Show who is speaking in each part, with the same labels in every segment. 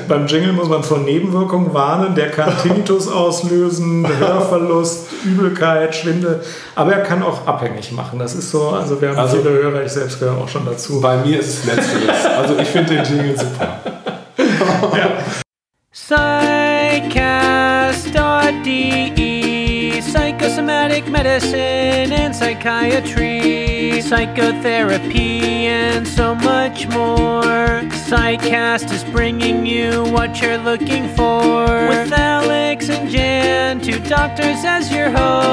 Speaker 1: Beim Jingle muss man vor Nebenwirkungen warnen. Der kann Tinnitus auslösen, Hörverlust, Übelkeit, Schwindel. Aber er kann auch abhängig machen. Das ist so, also wir haben viele Hörer, ich selbst gehöre auch schon dazu.
Speaker 2: Bei mir ist es Letzteres. Also ich finde den Jingle super.
Speaker 1: Ja.
Speaker 3: Psychcast.de, psychosomatic medicine and psychiatry, psychotherapy and so much more. Psychcast is bringing you what you're looking for, with Alex and Jan, two doctors as your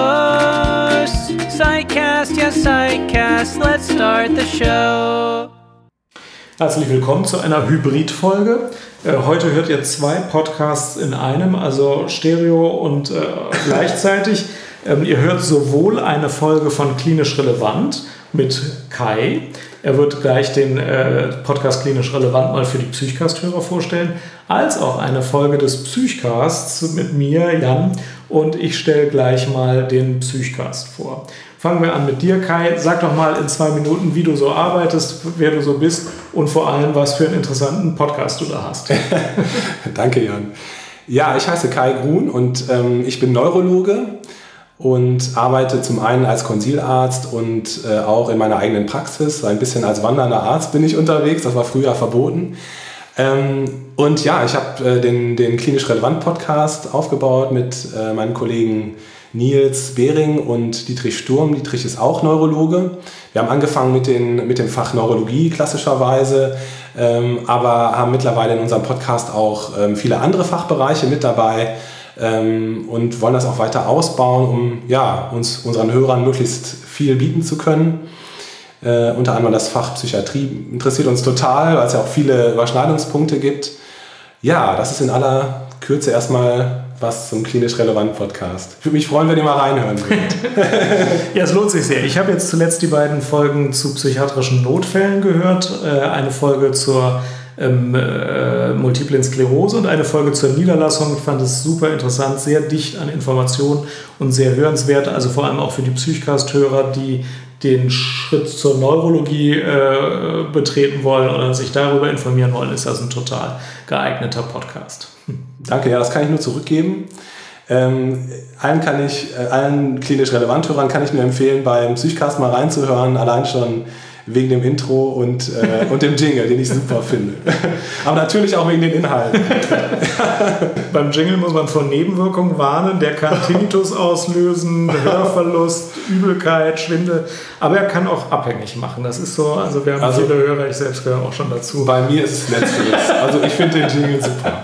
Speaker 3: hosts. Psychcast, yes Psychcast, let's start the show.
Speaker 1: Herzlich willkommen zu einer Hybrid-Folge. Heute hört ihr 2 Podcasts in einem, also Stereo und gleichzeitig. Ihr hört sowohl eine Folge von Klinisch Relevant mit Kai. Er wird gleich den Podcast Klinisch Relevant mal für die Psychcast-Hörer vorstellen, als auch eine Folge des Psychcasts mit mir, Jan, und ich stelle gleich mal den Psychcast vor. Fangen wir an mit dir, Kai. Sag doch mal in 2 Minuten, wie du so arbeitest, wer du so bist und vor allem, was für einen interessanten Podcast du da hast.
Speaker 2: Danke, Jan. Ja, ich heiße Kai Grun und ich bin Neurologe und arbeite zum einen als Konsilarzt und auch in meiner eigenen Praxis. Ein bisschen als wandernder Arzt bin ich unterwegs, das war früher verboten. Und ja, ich habe den Klinisch Relevant Podcast aufgebaut mit meinen Kollegen Nils Behring und Dietrich Sturm. Dietrich ist auch Neurologe. Wir haben angefangen mit dem Fach Neurologie klassischerweise, aber haben mittlerweile in unserem Podcast auch viele andere Fachbereiche mit dabei und wollen das auch weiter ausbauen, um unseren Hörern möglichst viel bieten zu können. Unter anderem das Fach Psychiatrie interessiert uns total, weil es ja auch viele Überschneidungspunkte gibt. Ja, das ist in aller Kürze erstmal was zum Klinisch Relevant Podcast. Ich würde mich freuen, wenn ihr mal reinhören würdet.
Speaker 1: Ja, es lohnt sich sehr. Ich habe jetzt zuletzt die 2 Folgen zu psychiatrischen Notfällen gehört. Eine Folge zur Multiplen Sklerose und eine Folge zur Niederlassung. Ich fand es super interessant, sehr dicht an Informationen und sehr hörenswert. Also vor allem auch für die Psychcast-Hörer, die den Schritt zur Neurologie betreten wollen oder sich darüber informieren wollen, ist das ein total geeigneter Podcast.
Speaker 2: Danke, ja, das kann ich nur zurückgeben. Allen klinisch relevant Hörern kann ich nur empfehlen, beim Psychcast mal reinzuhören, allein schon wegen dem Intro und dem Jingle, den ich super finde. Aber natürlich auch wegen den Inhalten.
Speaker 1: Beim Jingle muss man vor Nebenwirkungen warnen. Der kann Tinnitus auslösen, Hörverlust, Übelkeit, Schwindel. Aber er kann auch abhängig machen. Das ist so, also wir haben viele Hörer, ich selbst gehöre auch schon dazu.
Speaker 2: Bei mir ist es Letzteres. Also ich finde den Jingle super.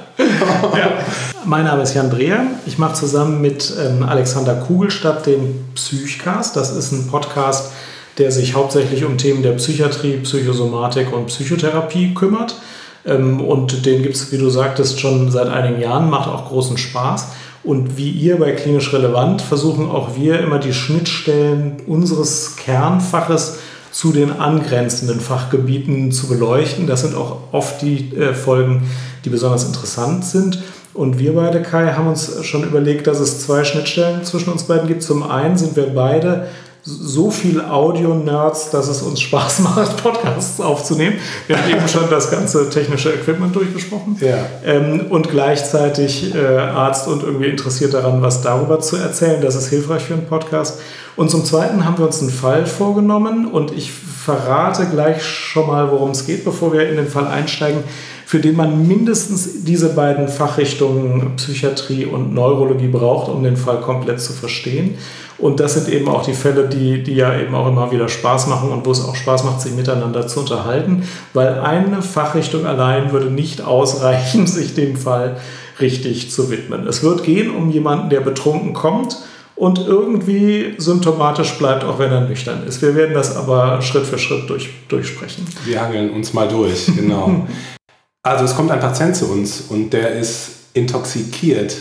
Speaker 1: Ja. Mein Name ist Jan Breher. Ich mache zusammen mit Alexander Kugelstadt den Psychcast. Das ist ein Podcast, der sich hauptsächlich um Themen der Psychiatrie, Psychosomatik und Psychotherapie kümmert. Und den gibt es, wie du sagtest, schon seit einigen Jahren, macht auch großen Spaß. Und wie ihr bei Klinisch Relevant versuchen auch wir immer die Schnittstellen unseres Kernfaches zu den angrenzenden Fachgebieten zu beleuchten. Das sind auch oft die Folgen, die besonders interessant sind. Und wir beide, Kai, haben uns schon überlegt, dass es 2 Schnittstellen zwischen uns beiden gibt. Zum einen sind wir beide so viel Audio-Nerds, dass es uns Spaß macht, Podcasts aufzunehmen. Wir haben eben schon das ganze technische Equipment durchgesprochen.
Speaker 2: Ja.
Speaker 1: Und gleichzeitig Arzt und irgendwie interessiert daran, was darüber zu erzählen. Das ist hilfreich für einen Podcast. Und zum Zweiten haben wir uns einen Fall vorgenommen und ich verrate gleich schon mal, worum es geht, bevor wir in den Fall einsteigen, für den man mindestens diese 2 Fachrichtungen Psychiatrie und Neurologie braucht, um den Fall komplett zu verstehen. Und das sind eben auch die Fälle, die ja eben auch immer wieder Spaß machen und wo es auch Spaß macht, sich miteinander zu unterhalten, weil eine Fachrichtung allein würde nicht ausreichen, sich dem Fall richtig zu widmen. Es wird gehen um jemanden, der betrunken kommt und irgendwie symptomatisch bleibt, auch wenn er nüchtern ist. Wir werden das aber Schritt für Schritt durchsprechen.
Speaker 2: Wir hangeln uns mal durch, genau. Also es kommt ein Patient zu uns und der ist intoxikiert.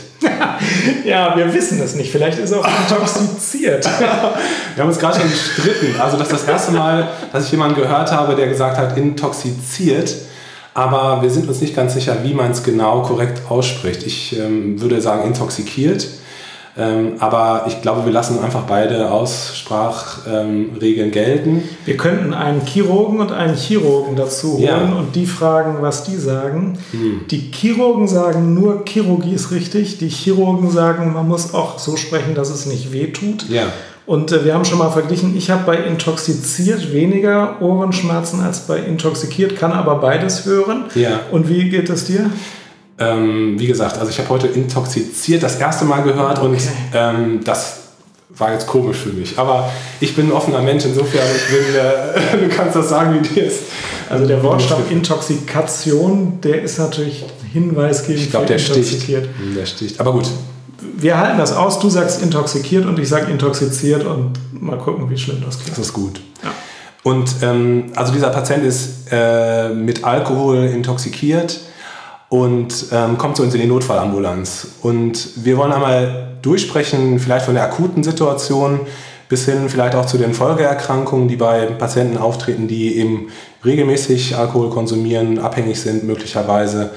Speaker 1: Ja, wir wissen es nicht. Vielleicht ist er auch intoxiziert.
Speaker 2: Wir haben uns gerade schon gestritten. Also das ist das erste Mal, dass ich jemanden gehört habe, der gesagt hat, intoxiziert. Aber wir sind uns nicht ganz sicher, wie man es genau korrekt ausspricht. Ich würde sagen intoxikiert. Aber ich glaube, wir lassen einfach beide Aussprachregeln gelten.
Speaker 1: Wir könnten einen Chirurgen und einen Chirurgen dazu holen und die fragen, was die sagen. Die Chirurgen sagen nur, Chirurgie ist richtig. Die Chirurgen sagen, man muss auch so sprechen, dass es nicht wehtut.
Speaker 2: Ja.
Speaker 1: Und wir haben schon mal verglichen, ich habe bei intoxiziert weniger Ohrenschmerzen als bei intoxikiert, kann aber beides hören.
Speaker 2: Ja.
Speaker 1: Und wie geht es dir?
Speaker 2: Wie gesagt, also ich habe heute intoxiziert das erste Mal gehört und das war jetzt komisch für mich. Aber ich bin ein offener Mensch, insofern du kannst das sagen, wie dir ist.
Speaker 1: Also der Wortstamm Intoxikation, der ist natürlich hinweisgebend.
Speaker 2: Ich glaube, der sticht. Aber gut.
Speaker 1: Wir halten das aus, du sagst intoxikiert und ich sage intoxiziert und mal gucken, wie schlimm das klingt.
Speaker 2: Das ist gut.
Speaker 1: Ja.
Speaker 2: Und also dieser Patient ist mit Alkohol intoxikiert und kommt zu uns in die Notfallambulanz. Und wir wollen einmal durchsprechen, vielleicht von der akuten Situation bis hin vielleicht auch zu den Folgeerkrankungen, die bei Patienten auftreten, die eben regelmäßig Alkohol konsumieren, abhängig sind möglicherweise.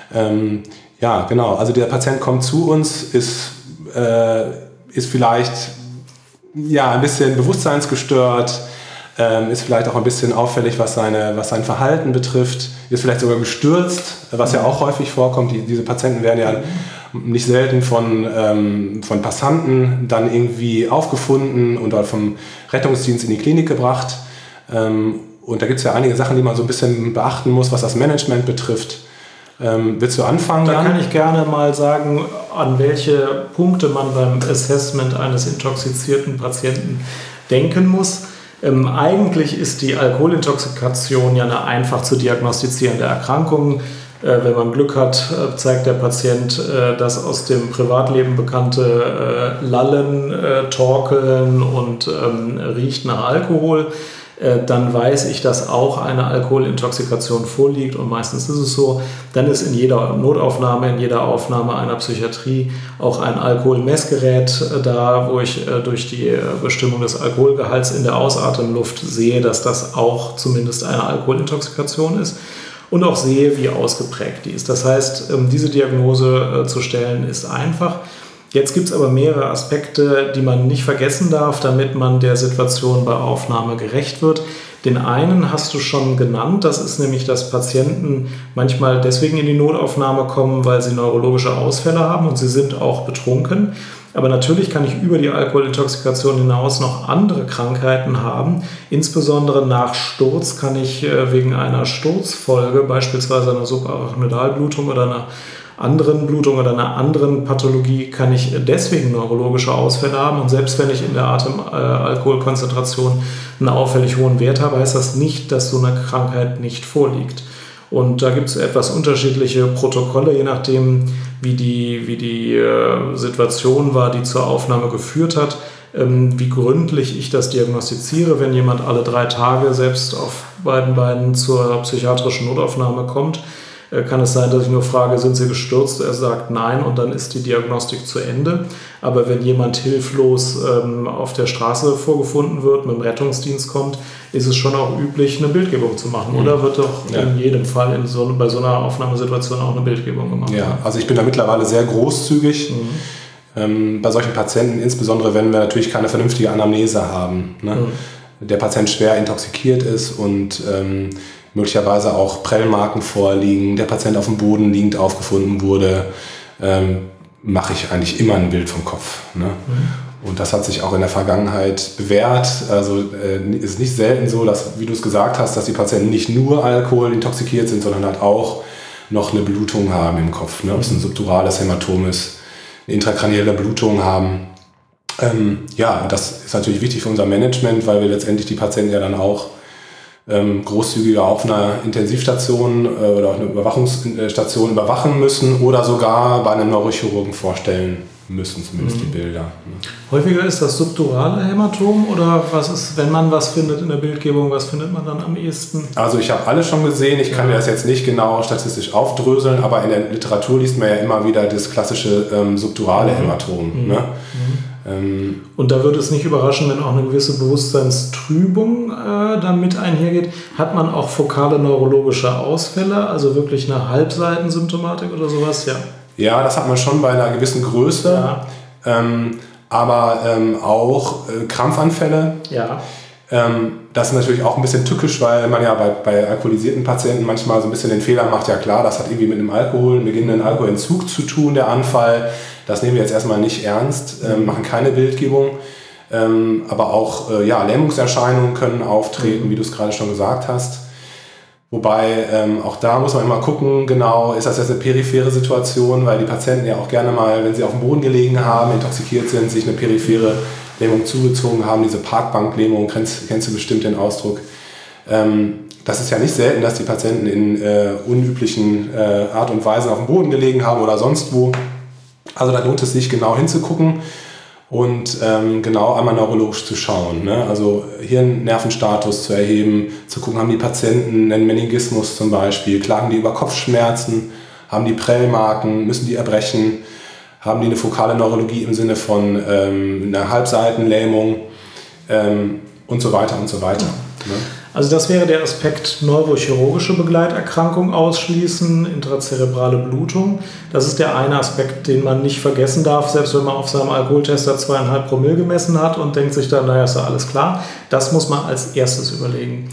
Speaker 2: Ja, genau. Also der Patient kommt zu uns, ist vielleicht ein bisschen bewusstseinsgestört, ist vielleicht auch ein bisschen auffällig, was sein Verhalten betrifft, ist vielleicht sogar gestürzt, was ja auch häufig vorkommt. Diese Patienten werden ja nicht selten von Passanten dann irgendwie aufgefunden und vom Rettungsdienst in die Klinik gebracht. Und da gibt es ja einige Sachen, die man so ein bisschen beachten muss, was das Management betrifft. Willst du anfangen?
Speaker 1: Da kann ich gerne mal sagen, an welche Punkte man beim Assessment eines intoxizierten Patienten denken muss. Eigentlich ist die Alkoholintoxikation ja eine einfach zu diagnostizierende Erkrankung. Wenn man Glück hat, zeigt der Patient das aus dem Privatleben bekannte Lallen, Torkeln und riecht nach Alkohol. Dann weiß ich, dass auch eine Alkoholintoxikation vorliegt und meistens ist es so. Dann ist in jeder Notaufnahme, in jeder Aufnahme einer Psychiatrie auch ein Alkoholmessgerät da, wo ich durch die Bestimmung des Alkoholgehalts in der Ausatemluft sehe, dass das auch zumindest eine Alkoholintoxikation ist und auch sehe, wie ausgeprägt die ist. Das heißt, diese Diagnose zu stellen ist einfach. Jetzt gibt es aber mehrere Aspekte, die man nicht vergessen darf, damit man der Situation bei Aufnahme gerecht wird. Den einen hast du schon genannt, das ist nämlich, dass Patienten manchmal deswegen in die Notaufnahme kommen, weil sie neurologische Ausfälle haben und sie sind auch betrunken. Aber natürlich kann ich über die Alkoholintoxikation hinaus noch andere Krankheiten haben. Insbesondere nach Sturz kann ich wegen einer Sturzfolge, beispielsweise einer Subarachnoidalblutung oder einer anderen Blutung oder einer anderen Pathologie, kann ich deswegen neurologische Ausfälle haben. Und selbst wenn ich in der Atemalkoholkonzentration einen auffällig hohen Wert habe, heißt das nicht, dass so eine Krankheit nicht vorliegt. Und da gibt es etwas unterschiedliche Protokolle, je nachdem, wie die Situation war, die zur Aufnahme geführt hat, wie gründlich ich das diagnostiziere. Wenn jemand alle 3 Tage selbst auf beiden Beinen zur psychiatrischen Notaufnahme kommt, kann es sein, dass ich nur frage, sind Sie gestürzt? Er sagt nein und dann ist die Diagnostik zu Ende. Aber wenn jemand hilflos auf der Straße vorgefunden wird, mit dem Rettungsdienst kommt, ist es schon auch üblich, eine Bildgebung zu machen. Oder wird doch in jedem Fall bei so einer Aufnahmesituation auch eine Bildgebung gemacht? Ja,
Speaker 2: also ich bin da mittlerweile sehr großzügig. Bei solchen Patienten, insbesondere wenn wir natürlich keine vernünftige Anamnese haben. Ne? Der Patient schwer intoxikiert ist und möglicherweise auch Prellmarken vorliegen, der Patient auf dem Boden liegend aufgefunden wurde, mache ich eigentlich immer ein Bild vom Kopf. Ne? Und das hat sich auch in der Vergangenheit bewährt. Also ist nicht selten so, dass, wie du es gesagt hast, dass die Patienten nicht nur alkoholintoxikiert sind, sondern halt auch noch eine Blutung haben im Kopf. Ne? Ob es ein subdurales Hämatom ist, eine intrakranielle Blutung haben. Ja, und das ist natürlich wichtig für unser Management, weil wir letztendlich die Patienten ja dann auch großzügiger auf einer Intensivstation oder auf einer Überwachungsstation überwachen müssen oder sogar bei einem Neurochirurgen vorstellen müssen, zumindest die Bilder.
Speaker 1: Häufiger ist das subdurale Hämatom oder was ist, wenn man was findet in der Bildgebung, was findet man dann am ehesten?
Speaker 2: Also ich habe alles schon gesehen, ich kann dir das jetzt nicht genau statistisch aufdröseln, aber in der Literatur liest man ja immer wieder das klassische subdurale Hämatom. Ne?
Speaker 1: Und da würde es nicht überraschen, wenn auch eine gewisse Bewusstseinstrübung damit einhergeht. Hat man auch fokale neurologische Ausfälle, also wirklich eine Halbseitensymptomatik oder sowas? Ja.
Speaker 2: Ja, das hat man schon bei einer gewissen Größe. Ja. aber auch Krampfanfälle.
Speaker 1: Ja.
Speaker 2: Das ist natürlich auch ein bisschen tückisch, weil man ja bei alkoholisierten Patienten manchmal so ein bisschen den Fehler macht, ja klar, das hat irgendwie mit einem beginnenden Alkoholentzug zu tun, der Anfall. Das nehmen wir jetzt erstmal nicht ernst, machen keine Bildgebung. Aber auch Lähmungserscheinungen können auftreten, wie du es gerade schon gesagt hast. Wobei auch da muss man immer gucken, genau, ist das jetzt eine periphere Situation, weil die Patienten ja auch gerne mal, wenn sie auf dem Boden gelegen haben, intoxikiert sind, sich eine periphere Lähmung zugezogen haben, diese Parkbanklähmung, kennst du bestimmt den Ausdruck. Das ist ja nicht selten, dass die Patienten in unüblichen Art und Weise auf dem Boden gelegen haben oder sonst wo. Also da lohnt es sich genau hinzugucken und genau einmal neurologisch zu schauen. Ne? Also Hirnnervenstatus zu erheben, zu gucken, haben die Patienten einen Meningismus zum Beispiel, klagen die über Kopfschmerzen, haben die Prellmarken, müssen die erbrechen, haben die eine fokale Neurologie im Sinne von einer Halbseitenlähmung und so weiter und so weiter. Ne?
Speaker 1: Also das wäre der Aspekt neurochirurgische Begleiterkrankung ausschließen, intrazerebrale Blutung. Das ist der eine Aspekt, den man nicht vergessen darf, selbst wenn man auf seinem Alkoholtester 2,5 Promille gemessen hat und denkt sich dann, naja, ist ja alles klar. Das muss man als erstes überlegen.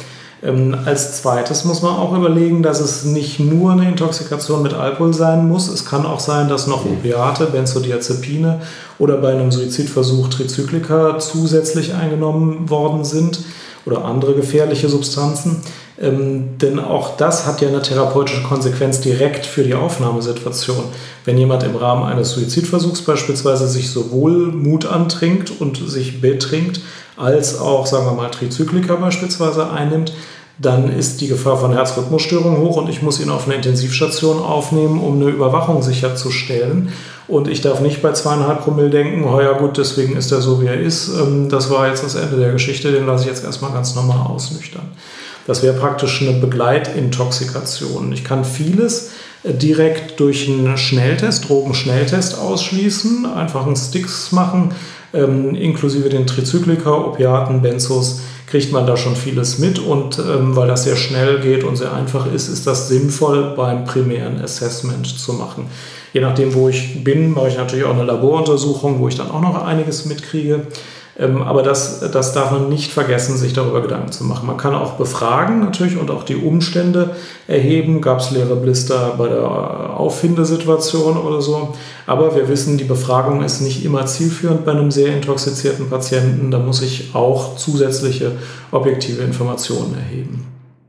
Speaker 1: Als zweites muss man auch überlegen, dass es nicht nur eine Intoxikation mit Alkohol sein muss. Es kann auch sein, dass noch Opiate, Benzodiazepine oder bei einem Suizidversuch Trizyklika zusätzlich eingenommen worden sind oder andere gefährliche Substanzen. Denn auch das hat ja eine therapeutische Konsequenz direkt für die Aufnahmesituation. Wenn jemand im Rahmen eines Suizidversuchs beispielsweise sich sowohl Mut antrinkt und sich betrinkt, als auch, sagen wir mal, Trizyklika beispielsweise einnimmt, dann ist die Gefahr von Herzrhythmusstörungen hoch und ich muss ihn auf eine Intensivstation aufnehmen, um eine Überwachung sicherzustellen. Und ich darf nicht bei 2,5 Promille denken, oh ja gut, deswegen ist er so, wie er ist. Das war jetzt das Ende der Geschichte, den lasse ich jetzt erstmal ganz normal ausnüchtern. Das wäre praktisch eine Begleitintoxikation. Ich kann vieles direkt durch einen Schnelltest, Drogenschnelltest ausschließen, einfach einen Sticks machen, inklusive den Trizyklika, Opiaten, Benzos, kriegt man da schon vieles mit und weil das sehr schnell geht und sehr einfach ist, ist das sinnvoll beim primären Assessment zu machen. Je nachdem, wo ich bin, mache ich natürlich auch eine Laboruntersuchung, wo ich dann auch noch einiges mitkriege. Aber das darf man nicht vergessen, sich darüber Gedanken zu machen. Man kann auch befragen natürlich und auch die Umstände erheben. Gab es leere Blister bei der Auffindesituation oder so? Aber wir wissen, die Befragung ist nicht immer zielführend bei einem sehr intoxizierten Patienten. Da muss ich auch zusätzliche objektive Informationen erheben.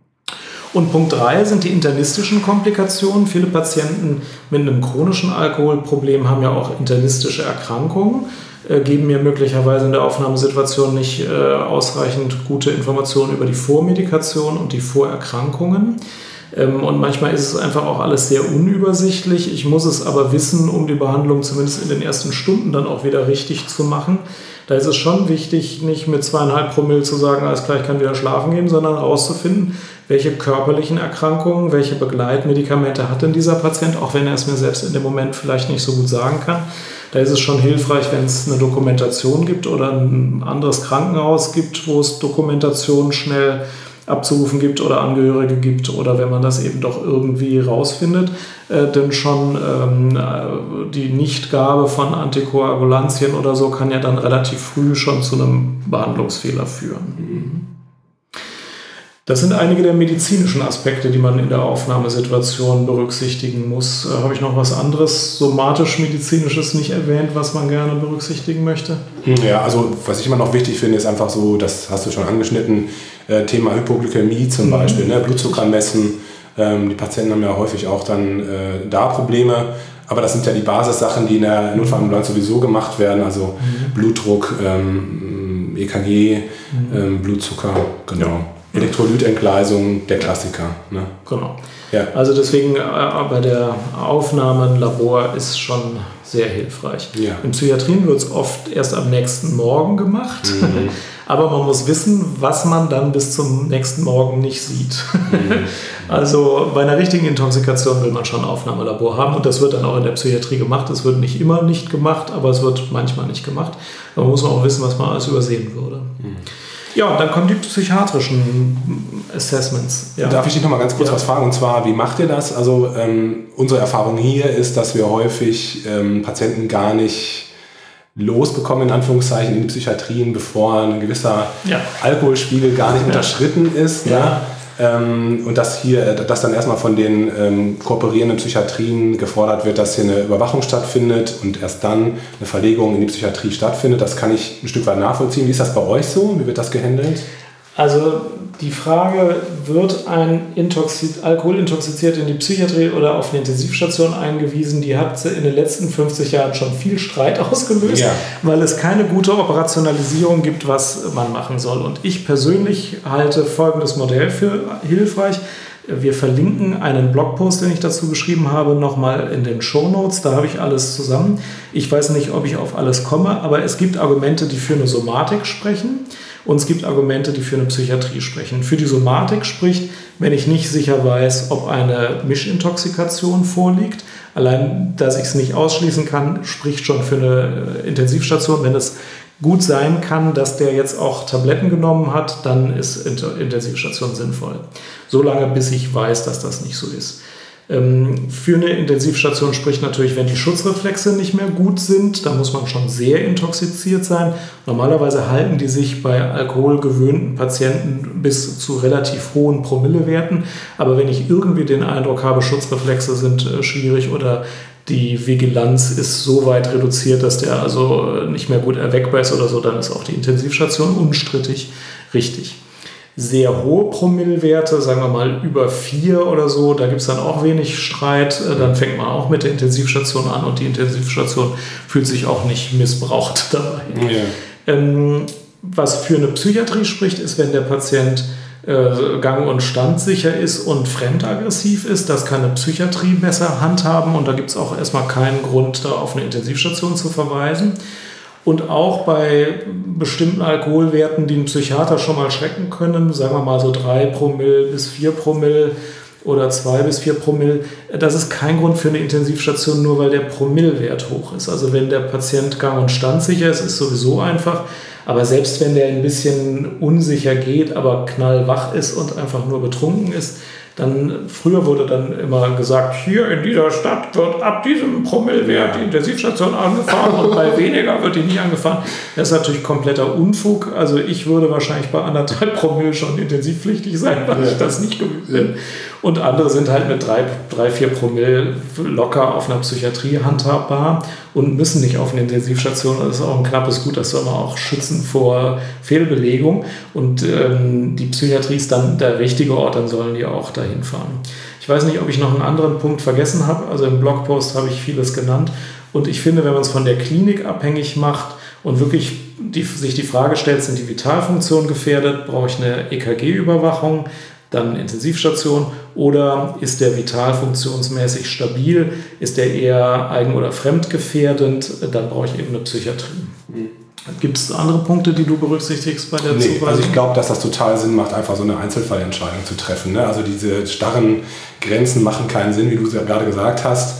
Speaker 1: Und Punkt 3 sind die internistischen Komplikationen. Viele Patienten mit einem chronischen Alkoholproblem haben ja auch internistische Erkrankungen, geben mir möglicherweise in der Aufnahmesituation nicht ausreichend gute Informationen über die Vormedikation und die Vorerkrankungen. Und manchmal ist es einfach auch alles sehr unübersichtlich. Ich muss es aber wissen, um die Behandlung zumindest in den ersten Stunden dann auch wieder richtig zu machen. Da ist es schon wichtig, nicht mit 2,5 Promille zu sagen, alles klar, ich kann wieder schlafen gehen, sondern herauszufinden, welche körperlichen Erkrankungen, welche Begleitmedikamente hat denn dieser Patient, auch wenn er es mir selbst in dem Moment vielleicht nicht so gut sagen kann. Da ist es schon hilfreich, wenn es eine Dokumentation gibt oder ein anderes Krankenhaus gibt, wo es Dokumentation schnell abzurufen gibt oder Angehörige gibt oder wenn man das eben doch irgendwie rausfindet, denn schon die Nichtgabe von Antikoagulantien oder so kann ja dann relativ früh schon zu einem Behandlungsfehler führen. Das sind einige der medizinischen Aspekte, die man in der Aufnahmesituation berücksichtigen muss. Habe ich noch was anderes, somatisch-medizinisches nicht erwähnt, was man gerne berücksichtigen möchte?
Speaker 2: Ja, also was ich immer noch wichtig finde, ist einfach so, das hast du schon angeschnitten, Thema Hypoglykämie zum Beispiel, ne? Blutzucker messen. Die Patienten haben ja häufig auch dann da Probleme. Aber das sind ja die Basissachen, die in der Notfallambulanz sowieso gemacht werden. Also Blutdruck, EKG, Blutzucker, genau. Elektrolytentgleisung, der Klassiker. Ne?
Speaker 1: Genau.
Speaker 2: Ja.
Speaker 1: Also deswegen bei der Aufnahme ein Labor ist schon sehr hilfreich. Ja. In Psychiatrien wird es oft erst am nächsten Morgen gemacht. Aber man muss wissen, was man dann bis zum nächsten Morgen nicht sieht. Also bei einer richtigen Intoxikation will man schon ein Aufnahmelabor haben und das wird dann auch in der Psychiatrie gemacht. Es wird nicht immer nicht gemacht, aber es wird manchmal nicht gemacht. Da muss man auch wissen, was man alles übersehen würde. Ja, dann kommen die psychiatrischen Assessments. Ja.
Speaker 2: Darf ich dich noch mal ganz kurz was fragen? Und zwar, wie macht ihr das? Also unsere Erfahrung hier ist, dass wir häufig Patienten gar nicht losbekommen, in Anführungszeichen, in die Psychiatrien, bevor ein gewisser Alkoholspiegel gar nicht unterschritten ist. Ja. Und dass dann erstmal von den kooperierenden Psychiatrien gefordert wird, dass hier eine Überwachung stattfindet und erst dann eine Verlegung in die Psychiatrie stattfindet. Das kann ich ein Stück weit nachvollziehen. Wie ist das bei euch so? Wie wird das gehandelt?
Speaker 1: Also die Frage, wird ein Alkoholintoxiziert in die Psychiatrie oder auf eine Intensivstation eingewiesen, die hat in den letzten 50 Jahren schon viel Streit ausgelöst, weil es keine gute Operationalisierung gibt, was man machen soll. Und ich persönlich halte folgendes Modell für hilfreich. Wir verlinken einen Blogpost, den ich dazu geschrieben habe, nochmal in den Shownotes. Da habe ich alles zusammen. Ich weiß nicht, ob ich auf alles komme, aber es gibt Argumente, die für eine Somatik sprechen. Und es gibt Argumente, die für eine Psychiatrie sprechen. Für die Somatik spricht, wenn ich nicht sicher weiß, ob eine Mischintoxikation vorliegt. Allein, dass ich es nicht ausschließen kann, spricht schon für eine Intensivstation. Wenn es gut sein kann, dass der jetzt auch Tabletten genommen hat, dann ist Intensivstation sinnvoll. Solange, bis ich weiß, dass das nicht so ist. Für eine Intensivstation spricht natürlich, wenn die Schutzreflexe nicht mehr gut sind, da muss man schon sehr intoxiziert sein. Normalerweise halten die sich bei alkoholgewöhnten Patienten bis zu relativ hohen Promillewerten. Aber wenn ich irgendwie den Eindruck habe, Schutzreflexe sind schwierig oder die Vigilanz ist so weit reduziert, dass der also nicht mehr gut erweckbar ist oder so, dann ist auch die Intensivstation unstrittig richtig. Sehr hohe Promillewerte, sagen wir mal über 4 oder so, da gibt es dann auch wenig Streit. Dann fängt man auch mit der Intensivstation an und die Intensivstation fühlt sich auch nicht missbraucht dabei. Ja. Was für eine Psychiatrie spricht, ist, wenn der Patient gang- und standsicher ist und fremdaggressiv ist. Das kann eine Psychiatrie besser handhaben und da gibt es auch erstmal keinen Grund, da auf eine Intensivstation zu verweisen. Und auch bei bestimmten Alkoholwerten, die einen Psychiater schon mal schrecken können, sagen wir mal so 3 Promille bis 4 Promille oder 2 bis 4 Promille, das ist kein Grund für eine Intensivstation, nur weil der Promillewert hoch ist. Also wenn der Patient gang- und standsicher ist, ist sowieso einfach. Aber selbst wenn der ein bisschen unsicher geht, aber knallwach ist und einfach nur betrunken ist, dann früher wurde dann immer gesagt, hier in dieser Stadt wird ab diesem Promillewert die Intensivstation angefahren und bei weniger wird die nicht angefahren. Das ist natürlich kompletter Unfug. Also ich würde wahrscheinlich bei 1,5 Promille schon intensivpflichtig sein, weil ich das nicht gewöhnt bin. Und andere sind halt mit 3-4 Promille locker auf einer Psychiatrie handhabbar und müssen nicht auf eine Intensivstation. Das ist auch ein knappes Gut, das soll man auch schützen vor Fehlbelegung. Und die Psychiatrie ist dann der richtige Ort, dann sollen die auch dahin fahren. Ich weiß nicht, ob ich noch einen anderen Punkt vergessen habe. Also im Blogpost habe ich vieles genannt. Und ich finde, wenn man es von der Klinik abhängig macht und wirklich sich die Frage stellt, sind die Vitalfunktionen gefährdet, brauche ich eine EKG-Überwachung, dann Intensivstation, oder ist der vitalfunktionsmäßig stabil, ist der eher eigen- oder fremdgefährdend, dann brauche ich eben eine Psychiatrie. Gibt es andere Punkte, die du berücksichtigst bei der Zuweisung?
Speaker 2: Also ich glaube, dass das total Sinn macht, einfach so eine Einzelfallentscheidung zu treffen. Ne? Also diese starren Grenzen machen keinen Sinn, wie du es ja gerade gesagt hast.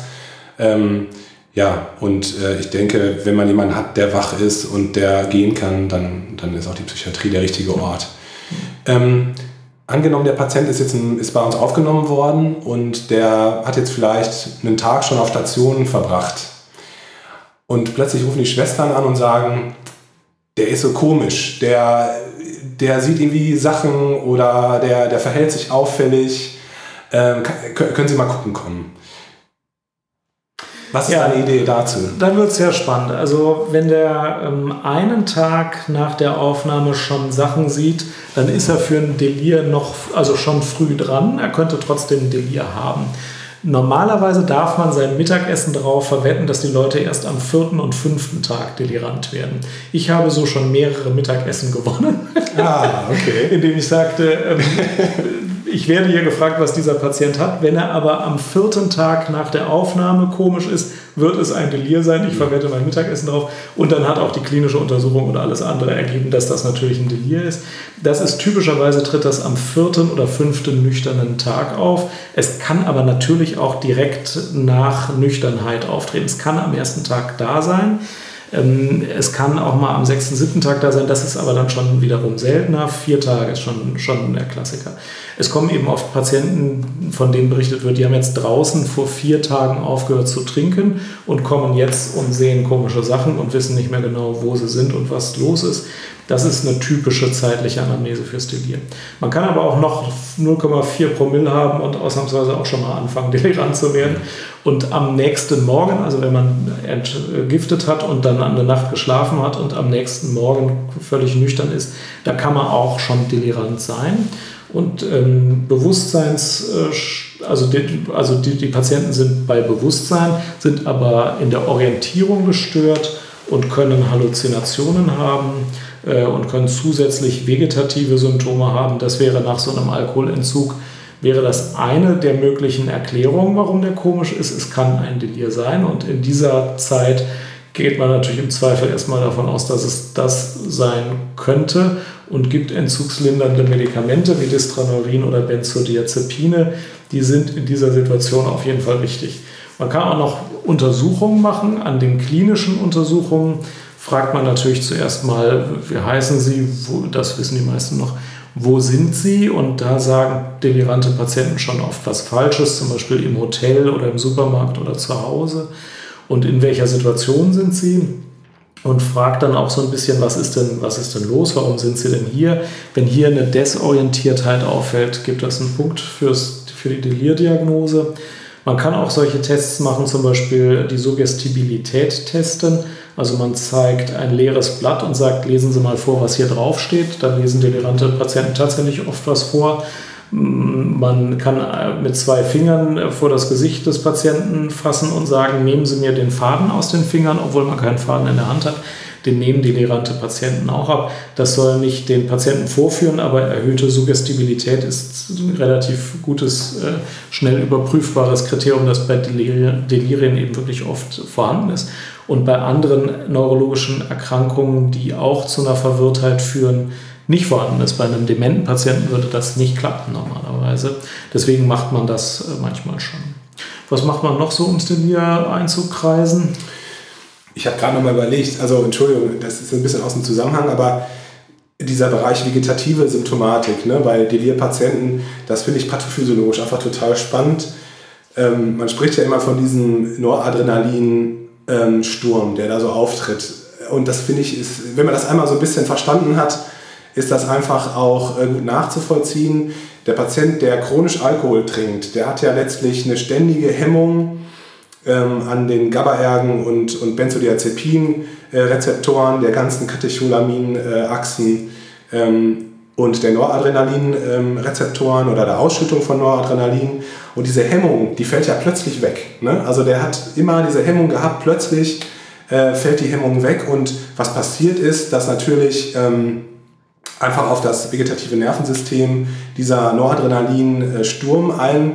Speaker 2: Ich denke, wenn man jemanden hat, der wach ist und der gehen kann, dann ist auch die Psychiatrie der richtige Ort. Angenommen, der Patient ist bei uns aufgenommen worden und der hat jetzt vielleicht einen Tag schon auf Stationen verbracht. Und plötzlich rufen die Schwestern an und sagen, der ist so komisch, der sieht irgendwie Sachen oder der verhält sich auffällig. Können Sie mal gucken kommen? Was ist deine Idee dazu?
Speaker 1: Dann wird es sehr spannend. Also wenn der einen Tag nach der Aufnahme schon Sachen sieht, dann ist er für ein Delir schon früh dran. Er könnte trotzdem ein Delir haben. Normalerweise darf man sein Mittagessen darauf verwetten, dass die Leute erst am 4. und 5. Tag delirant werden. Ich habe so schon mehrere Mittagessen gewonnen.
Speaker 2: Okay.
Speaker 1: Indem ich sagte, ich werde hier gefragt, was dieser Patient hat. Wenn er aber am 4. Tag nach der Aufnahme komisch ist, wird es ein Delir sein. Ich verwette mein Mittagessen drauf. Und dann hat auch die klinische Untersuchung und alles andere ergeben, dass das natürlich ein Delir ist. Das ist typischerweise, tritt das am 4. oder 5. nüchternen Tag auf. Es kann aber natürlich auch direkt nach Nüchternheit auftreten. Es kann am ersten Tag da sein. Es kann auch mal am 6., 7. Tag da sein, das ist aber dann schon wiederum seltener. 4 Tage ist schon der Klassiker. Es kommen eben oft Patienten, von denen berichtet wird, die haben jetzt draußen vor 4 Tagen aufgehört zu trinken und kommen jetzt und sehen komische Sachen und wissen nicht mehr genau, wo sie sind und was los ist. Das ist eine typische zeitliche Anamnese fürs Delir. Man kann aber auch noch 0,4 Promille haben und ausnahmsweise auch schon mal anfangen, delirant zu werden. Und am nächsten Morgen, also wenn man entgiftet hat und dann eine Nacht geschlafen hat und am nächsten Morgen völlig nüchtern ist, da kann man auch schon delirant sein. Und die Patienten sind bei Bewusstsein, sind aber in der Orientierung gestört und können Halluzinationen haben und können zusätzlich vegetative Symptome haben. Das wäre nach so einem Alkoholentzug, wäre das eine der möglichen Erklärungen, warum der komisch ist. Es kann ein Delir sein und in dieser Zeit geht man natürlich im Zweifel erstmal davon aus, dass es das sein könnte und gibt entzugslindernde Medikamente wie Distranorin oder Benzodiazepine. Die sind in dieser Situation auf jeden Fall wichtig. Man kann auch noch Untersuchungen machen. An den klinischen Untersuchungen fragt man natürlich zuerst mal, wie heißen Sie, das wissen die meisten noch, wo sind Sie? Und da sagen delirante Patienten schon oft was Falsches, zum Beispiel im Hotel oder im Supermarkt oder zu Hause. Und in welcher Situation sind Sie? Und fragt dann auch so ein bisschen, was ist denn los? Warum sind Sie denn hier? Wenn hier eine Desorientiertheit auffällt, gibt das einen Punkt für die Delirdiagnose. Man kann auch solche Tests machen, zum Beispiel die Suggestibilität testen. Also man zeigt ein leeres Blatt und sagt, lesen Sie mal vor, was hier drauf steht. Dann lesen delirante Patienten tatsächlich oft was vor. Man kann mit 2 Fingern vor das Gesicht des Patienten fassen und sagen, nehmen Sie mir den Faden aus den Fingern, obwohl man keinen Faden in der Hand hat. Den nehmen delirante Patienten auch ab. Das soll nicht den Patienten vorführen, aber erhöhte Suggestibilität ist ein relativ gutes, schnell überprüfbares Kriterium, das bei Delirien eben wirklich oft vorhanden ist. Und bei anderen neurologischen Erkrankungen, die auch zu einer Verwirrtheit führen, nicht vorhanden ist. Bei einem dementen Patienten würde das nicht klappen normalerweise. Deswegen macht man das manchmal schon. Was macht man noch so, ums Delir einzukreisen?
Speaker 2: Ich habe gerade noch mal überlegt, also Entschuldigung, das ist ein bisschen aus dem Zusammenhang, aber dieser Bereich vegetative Symptomatik, ne, bei Delir-Patienten, das finde ich pathophysiologisch einfach total spannend. Man spricht ja immer von diesem Noradrenalin-Sturm, der da so auftritt. Und das finde ich, ist, wenn man das einmal so ein bisschen verstanden hat, ist das einfach auch gut nachzuvollziehen. Der Patient, der chronisch Alkohol trinkt, der hat ja letztlich eine ständige Hemmung an den GABAergen und Benzodiazepin-Rezeptoren, der ganzen Katecholamin-Achsen und der Noradrenalin-Rezeptoren oder der Ausschüttung von Noradrenalin. Und diese Hemmung, die fällt ja plötzlich weg. Ne? Also der hat immer diese Hemmung gehabt, plötzlich fällt die Hemmung weg. Und was passiert ist, dass natürlich einfach auf das vegetative Nervensystem dieser Noradrenalin-Sturm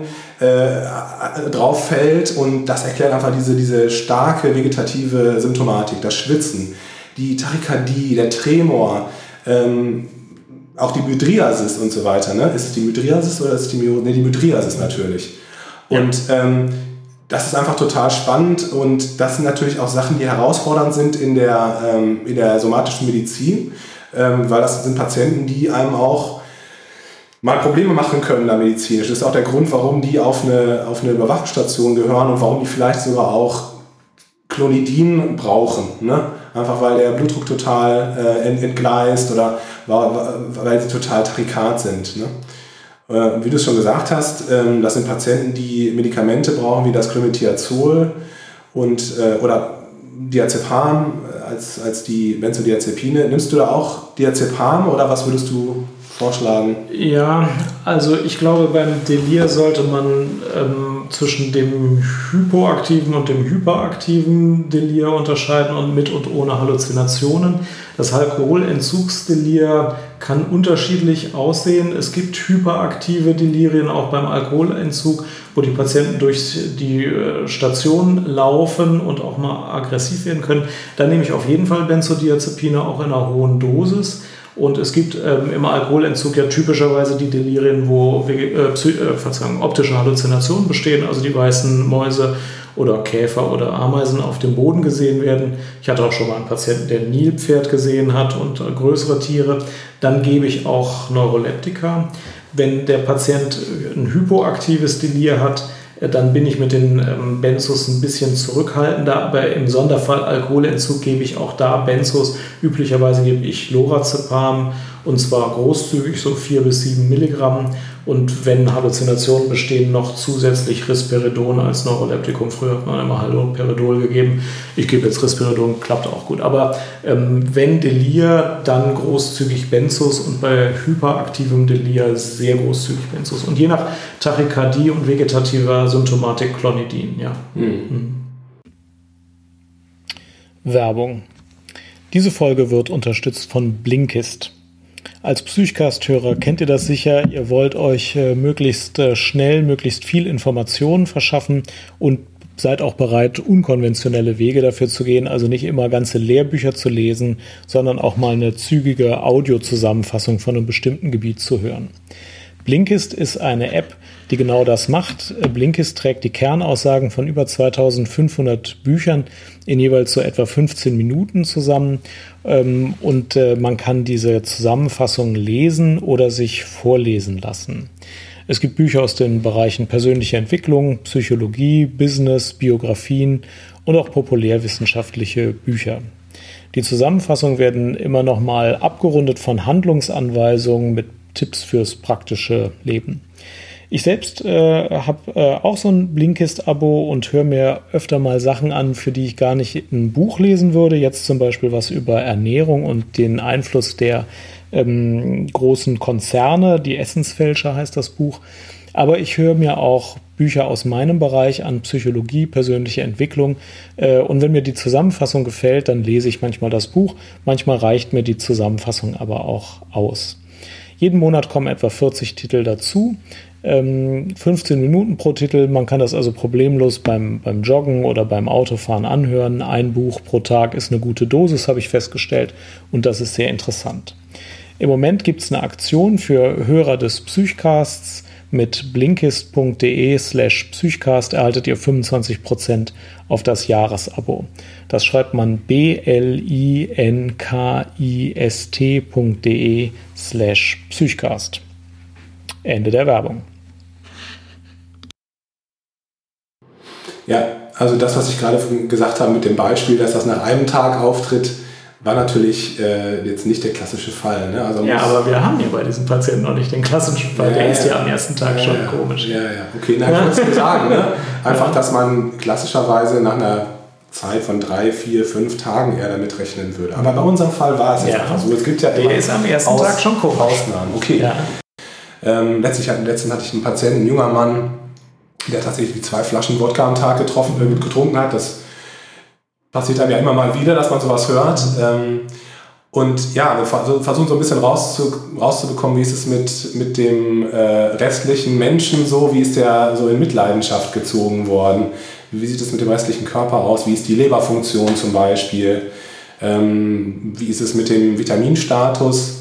Speaker 2: drauf fällt und das erklärt einfach diese starke vegetative Symptomatik, das Schwitzen, die Tachykardie, der Tremor, auch die Mydriasis und so weiter. Ne? Ist es die Mydriasis oder ist es die Mydriasis natürlich. Ja. Und das ist einfach total spannend und das sind natürlich auch Sachen, die herausfordernd sind in der somatischen Medizin, weil das sind Patienten, die einem auch mal Probleme machen können da medizinisch. Das ist auch der Grund, warum die auf eine Überwachungsstation gehören und warum die vielleicht sogar auch Clonidin brauchen. Ne? Einfach weil der Blutdruck total entgleist oder weil sie total tachykard sind. Ne? Wie du es schon gesagt hast, das sind Patienten, die Medikamente brauchen, wie das Clometiazol oder Diazepam als die Benzodiazepine. Nimmst du da auch Diazepam oder was würdest du vorschlagen?
Speaker 1: Ja, also ich glaube, beim Delir sollte man zwischen dem hypoaktiven und dem hyperaktiven Delir unterscheiden und mit und ohne Halluzinationen. Das Alkoholentzugsdelir kann unterschiedlich aussehen. Es gibt hyperaktive Delirien auch beim Alkoholentzug, wo die Patienten durch die Station laufen und auch mal aggressiv werden können. Da nehme ich auf jeden Fall Benzodiazepine auch in einer hohen Dosis. Und es gibt im Alkoholentzug ja typischerweise die Delirien, wo optische Halluzinationen bestehen, also die weißen Mäuse oder Käfer oder Ameisen auf dem Boden gesehen werden. Ich hatte auch schon mal einen Patienten, der ein Nilpferd gesehen hat und größere Tiere. Dann gebe ich auch Neuroleptika. Wenn der Patient ein hypoaktives Delir hat, dann bin ich mit den Benzos ein bisschen zurückhaltender, aber im Sonderfall Alkoholentzug gebe ich auch da Benzos. Üblicherweise gebe ich Lorazepam und zwar großzügig, so 4 bis 7 Milligramm. Und wenn Halluzinationen bestehen, noch zusätzlich Risperidon als Neuroleptikum. Früher hat man immer Haloperidol gegeben. Ich gebe jetzt Risperidon, klappt auch gut. Aber wenn Delir, dann großzügig Benzos und bei hyperaktivem Delir sehr großzügig Benzos. Und je nach Tachykardie und vegetativer Symptomatik Clonidin. Ja. Werbung. Diese Folge wird unterstützt von Blinkist. Als Psychcast-Hörer kennt ihr das sicher. Ihr wollt euch möglichst schnell, möglichst viel Informationen verschaffen und seid auch bereit, unkonventionelle Wege dafür zu gehen. Also nicht immer ganze Lehrbücher zu lesen, sondern auch mal eine zügige Audiozusammenfassung von einem bestimmten Gebiet zu hören. Blinkist ist eine App, die genau das macht. Blinkist trägt die Kernaussagen von über 2500 Büchern in jeweils so etwa 15 Minuten zusammen und man kann diese Zusammenfassung lesen oder sich vorlesen lassen. Es gibt Bücher aus den Bereichen persönliche Entwicklung, Psychologie, Business, Biografien und auch populärwissenschaftliche Bücher. Die Zusammenfassungen werden immer noch mal abgerundet von Handlungsanweisungen mit Tipps fürs praktische Leben. Ich selbst habe auch so ein Blinkist-Abo und höre mir öfter mal Sachen an, für die ich gar nicht ein Buch lesen würde. Jetzt zum Beispiel was über Ernährung und den Einfluss der großen Konzerne. Die Essensfälscher heißt das Buch. Aber ich höre mir auch Bücher aus meinem Bereich an, Psychologie, persönliche Entwicklung. Und wenn mir die Zusammenfassung gefällt, dann lese ich manchmal das Buch. Manchmal reicht mir die Zusammenfassung aber auch aus. Jeden Monat kommen etwa 40 Titel dazu, 15 Minuten pro Titel. Man kann das also problemlos beim Joggen oder beim Autofahren anhören. Ein Buch pro Tag ist eine gute Dosis, habe ich festgestellt, und das ist sehr interessant. Im Moment gibt es eine Aktion für Hörer des Psychcasts. Mit blinkist.de/Psychcast erhaltet ihr 25% auf das Jahresabo. Das schreibt man blinkist.de/Psychcast. Ende der Werbung.
Speaker 2: Ja, also das, was ich gerade gesagt habe mit dem Beispiel, dass das nach einem Tag auftritt, war natürlich jetzt nicht der klassische Fall. Ne? Also
Speaker 1: ja, aber wir haben ja bei diesem Patienten noch nicht den klassischen Fall. Der ist ja am ersten Tag schon komisch.
Speaker 2: Ja. Okay, na, ich wollte es nur sagen. Ne? Einfach, dass man klassischerweise nach einer Zeit von 3, 4, 5 Tagen eher damit rechnen würde. Aber bei unserem Fall war es jetzt einfach so. Es gibt ja immer
Speaker 1: der ist am ersten Tag schon komisch.
Speaker 2: Ausnahmen. Okay.
Speaker 1: Ja.
Speaker 2: Letztens hatte ich einen Patienten, ein junger Mann, der tatsächlich 2 Flaschen Wodka am Tag getrunken hat. Das passiert einem ja immer mal wieder, dass man sowas hört. Und ja, wir versuchen so ein bisschen rauszubekommen, wie ist es mit dem restlichen Menschen so, wie ist der so in Mitleidenschaft gezogen worden, wie sieht es mit dem restlichen Körper aus, wie ist die Leberfunktion zum Beispiel, wie ist es mit dem Vitaminstatus.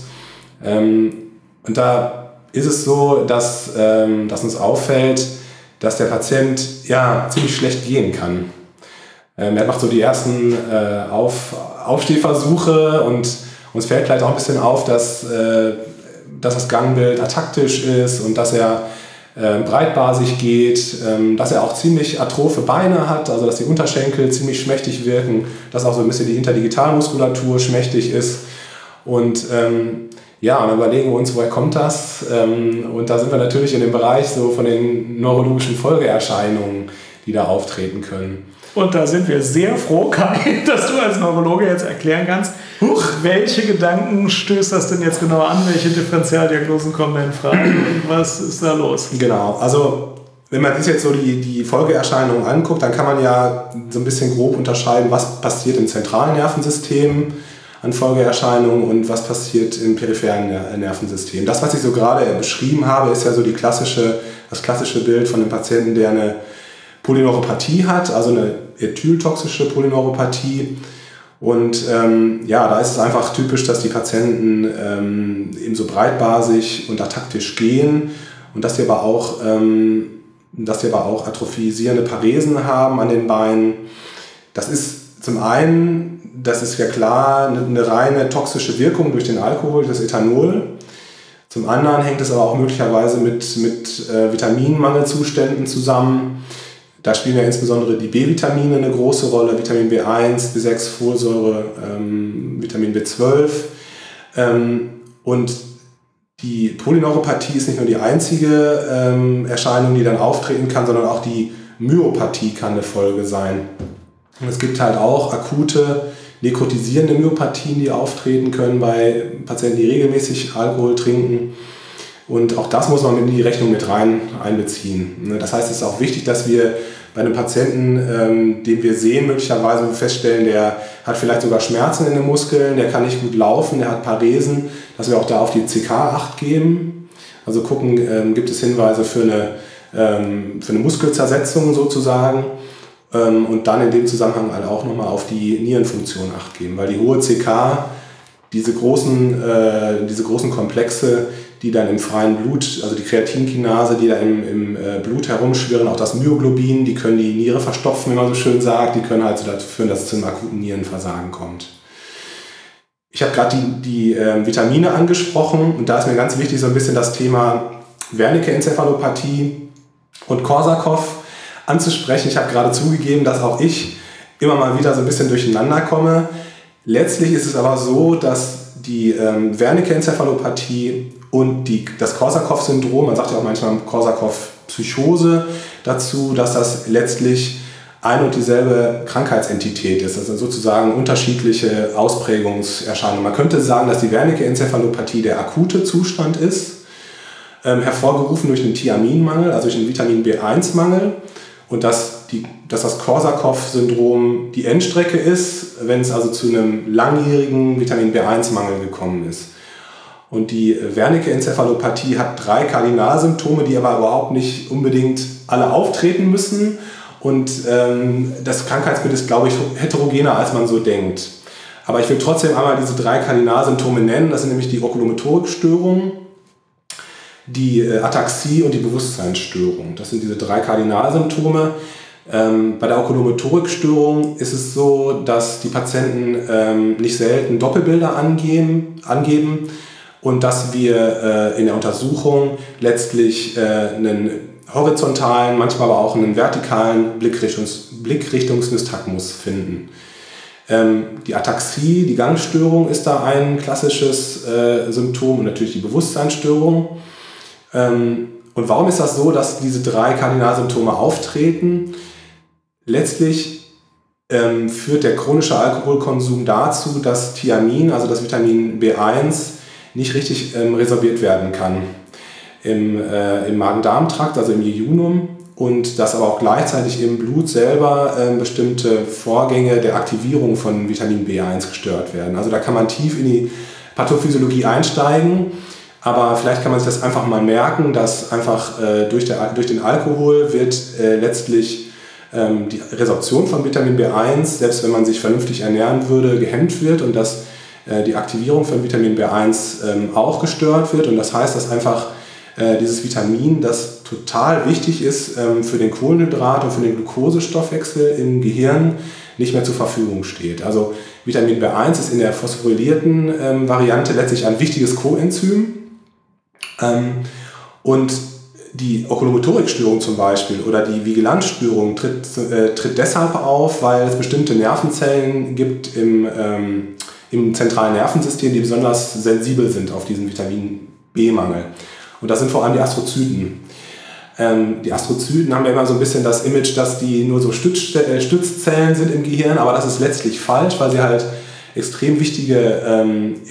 Speaker 2: Und da ist es so, dass uns auffällt, dass der Patient ja ziemlich schlecht gehen kann. Er macht so die ersten Aufstehversuche und uns fällt vielleicht auch ein bisschen auf, dass das Gangbild ataktisch ist und dass er breitbasig geht, dass er auch ziemlich atrophe Beine hat, also dass die Unterschenkel ziemlich schmächtig wirken, dass auch so ein bisschen die Interdigitalmuskulatur schmächtig ist. Und ja, und dann überlegen wir uns, woher kommt das? Und da sind wir natürlich in dem Bereich so von den neurologischen Folgeerscheinungen, die da auftreten können.
Speaker 1: Und da sind wir sehr froh, Kai, dass du als Neurologe jetzt erklären kannst, welche Gedanken stößt das denn jetzt genau an, welche Differentialdiagnosen kommen da in Frage und was ist da los?
Speaker 2: Genau, also wenn man sich jetzt so die Folgeerscheinungen anguckt, dann kann man ja so ein bisschen grob unterscheiden, was passiert im zentralen Nervensystem an Folgeerscheinungen und was passiert im peripheren Nervensystem. Das, was ich so gerade beschrieben habe, ist ja so das klassische Bild von einem Patienten, der eine Polyneuropathie hat, also eine ethyltoxische Polyneuropathie. Und ja, da ist es einfach typisch, dass die Patienten eben so breitbasig und ataktisch gehen und dass sie aber auch dass sie aber auch atrophisierende Paresen haben an den Beinen. Das ist zum einen, das ist ja klar, eine reine toxische Wirkung durch den Alkohol, das Ethanol. Zum anderen hängt es aber auch möglicherweise mit Vitaminmangelzuständen zusammen. Da spielen ja insbesondere die B-Vitamine eine große Rolle, Vitamin B1, B6, Folsäure, Vitamin B12. Und die Polyneuropathie ist nicht nur die einzige Erscheinung, die dann auftreten kann, sondern auch die Myopathie kann eine Folge sein. Und es gibt halt auch akute nekrotisierende Myopathien, die auftreten können bei Patienten, die regelmäßig Alkohol trinken. Und auch das muss man in die Rechnung mit einbeziehen. Das heißt, es ist auch wichtig, dass wir bei einem Patienten, den wir sehen, möglicherweise feststellen, der hat vielleicht sogar Schmerzen in den Muskeln, der kann nicht gut laufen, der hat Paresen, dass wir auch da auf die CK Acht geben. Also gucken, gibt es Hinweise für eine Muskelzersetzung sozusagen. Und dann in dem Zusammenhang halt auch nochmal auf die Nierenfunktion Acht geben, weil die hohe CK, diese großen Komplexe, die dann im freien Blut, also die Kreatinkinase, die da im Blut herumschwirren, auch das Myoglobin, die können die Niere verstopfen, wie man so schön sagt, die können halt so dazu führen, dass es zu einem akuten Nierenversagen kommt. Ich habe gerade die Vitamine angesprochen und da ist mir ganz wichtig so ein bisschen das Thema Wernicke-Enzephalopathie und Korsakow anzusprechen. Ich habe gerade zugegeben, dass auch ich immer mal wieder so ein bisschen durcheinander komme. Letztlich ist es aber so, dass die Wernicke-Enzephalopathie und das Korsakow-Syndrom, man sagt ja auch manchmal Korsakow-Psychose dazu, dass das letztlich ein und dieselbe Krankheitsentität ist. Das sind sozusagen unterschiedliche Ausprägungserscheinungen. Man könnte sagen, dass die Wernicke-Enzephalopathie der akute Zustand ist, hervorgerufen durch einen Thiaminmangel, also durch einen Vitamin B1-Mangel. Und dass das Korsakow-Syndrom die Endstrecke ist, wenn es also zu einem langjährigen Vitamin B1-Mangel gekommen ist. Und die Wernicke-Enzephalopathie hat 3 Kardinalsymptome, die aber überhaupt nicht unbedingt alle auftreten müssen. Und das Krankheitsbild ist, glaube ich, heterogener, als man so denkt. Aber ich will trotzdem einmal diese 3 Kardinalsymptome nennen. Das sind nämlich die Okulomotorikstörungen, die Ataxie und die Bewusstseinsstörung. Das sind diese 3 Kardinalsymptome. Bei der Okulomotorikstörung ist es so, dass die Patienten nicht selten Doppelbilder angeben und dass wir in der Untersuchung letztlich einen horizontalen, manchmal aber auch einen vertikalen Blickrichtungsnystagmus finden. Die Ataxie, die Gangstörung ist da ein klassisches Symptom und natürlich die Bewusstseinsstörung. Und warum ist das so, dass diese 3 Kardinalsymptome auftreten? Letztlich führt der chronische Alkoholkonsum dazu, dass Thiamin, also das Vitamin B1, nicht richtig resorbiert werden kann im Magen-Darm-Trakt, also im Jejunum, und dass aber auch gleichzeitig im Blut selber bestimmte Vorgänge der Aktivierung von Vitamin B1 gestört werden. Also da kann man tief in die Pathophysiologie einsteigen. Aber vielleicht kann man sich das einfach mal merken, dass einfach durch den Alkohol wird letztlich die Resorption von Vitamin B1, selbst wenn man sich vernünftig ernähren würde, gehemmt wird und dass die Aktivierung von Vitamin B1 auch gestört wird. Und das heißt, dass einfach dieses Vitamin, das total wichtig ist für den Kohlenhydrat- und für den Glukosestoffwechsel im Gehirn, nicht mehr zur Verfügung steht. Also Vitamin B1 ist in der phosphorylierten Variante letztlich ein wichtiges Coenzym. Und die Okulomotorikstörung zum Beispiel oder die Vigilanzstörung tritt deshalb auf, weil es bestimmte Nervenzellen gibt im zentralen Nervensystem, die besonders sensibel sind auf diesen Vitamin B-Mangel. Und das sind vor allem die Astrozyten. Die Astrozyten haben ja immer so ein bisschen das Image, dass die nur so Stützzellen sind im Gehirn, aber das ist letztlich falsch, weil sie halt extrem wichtige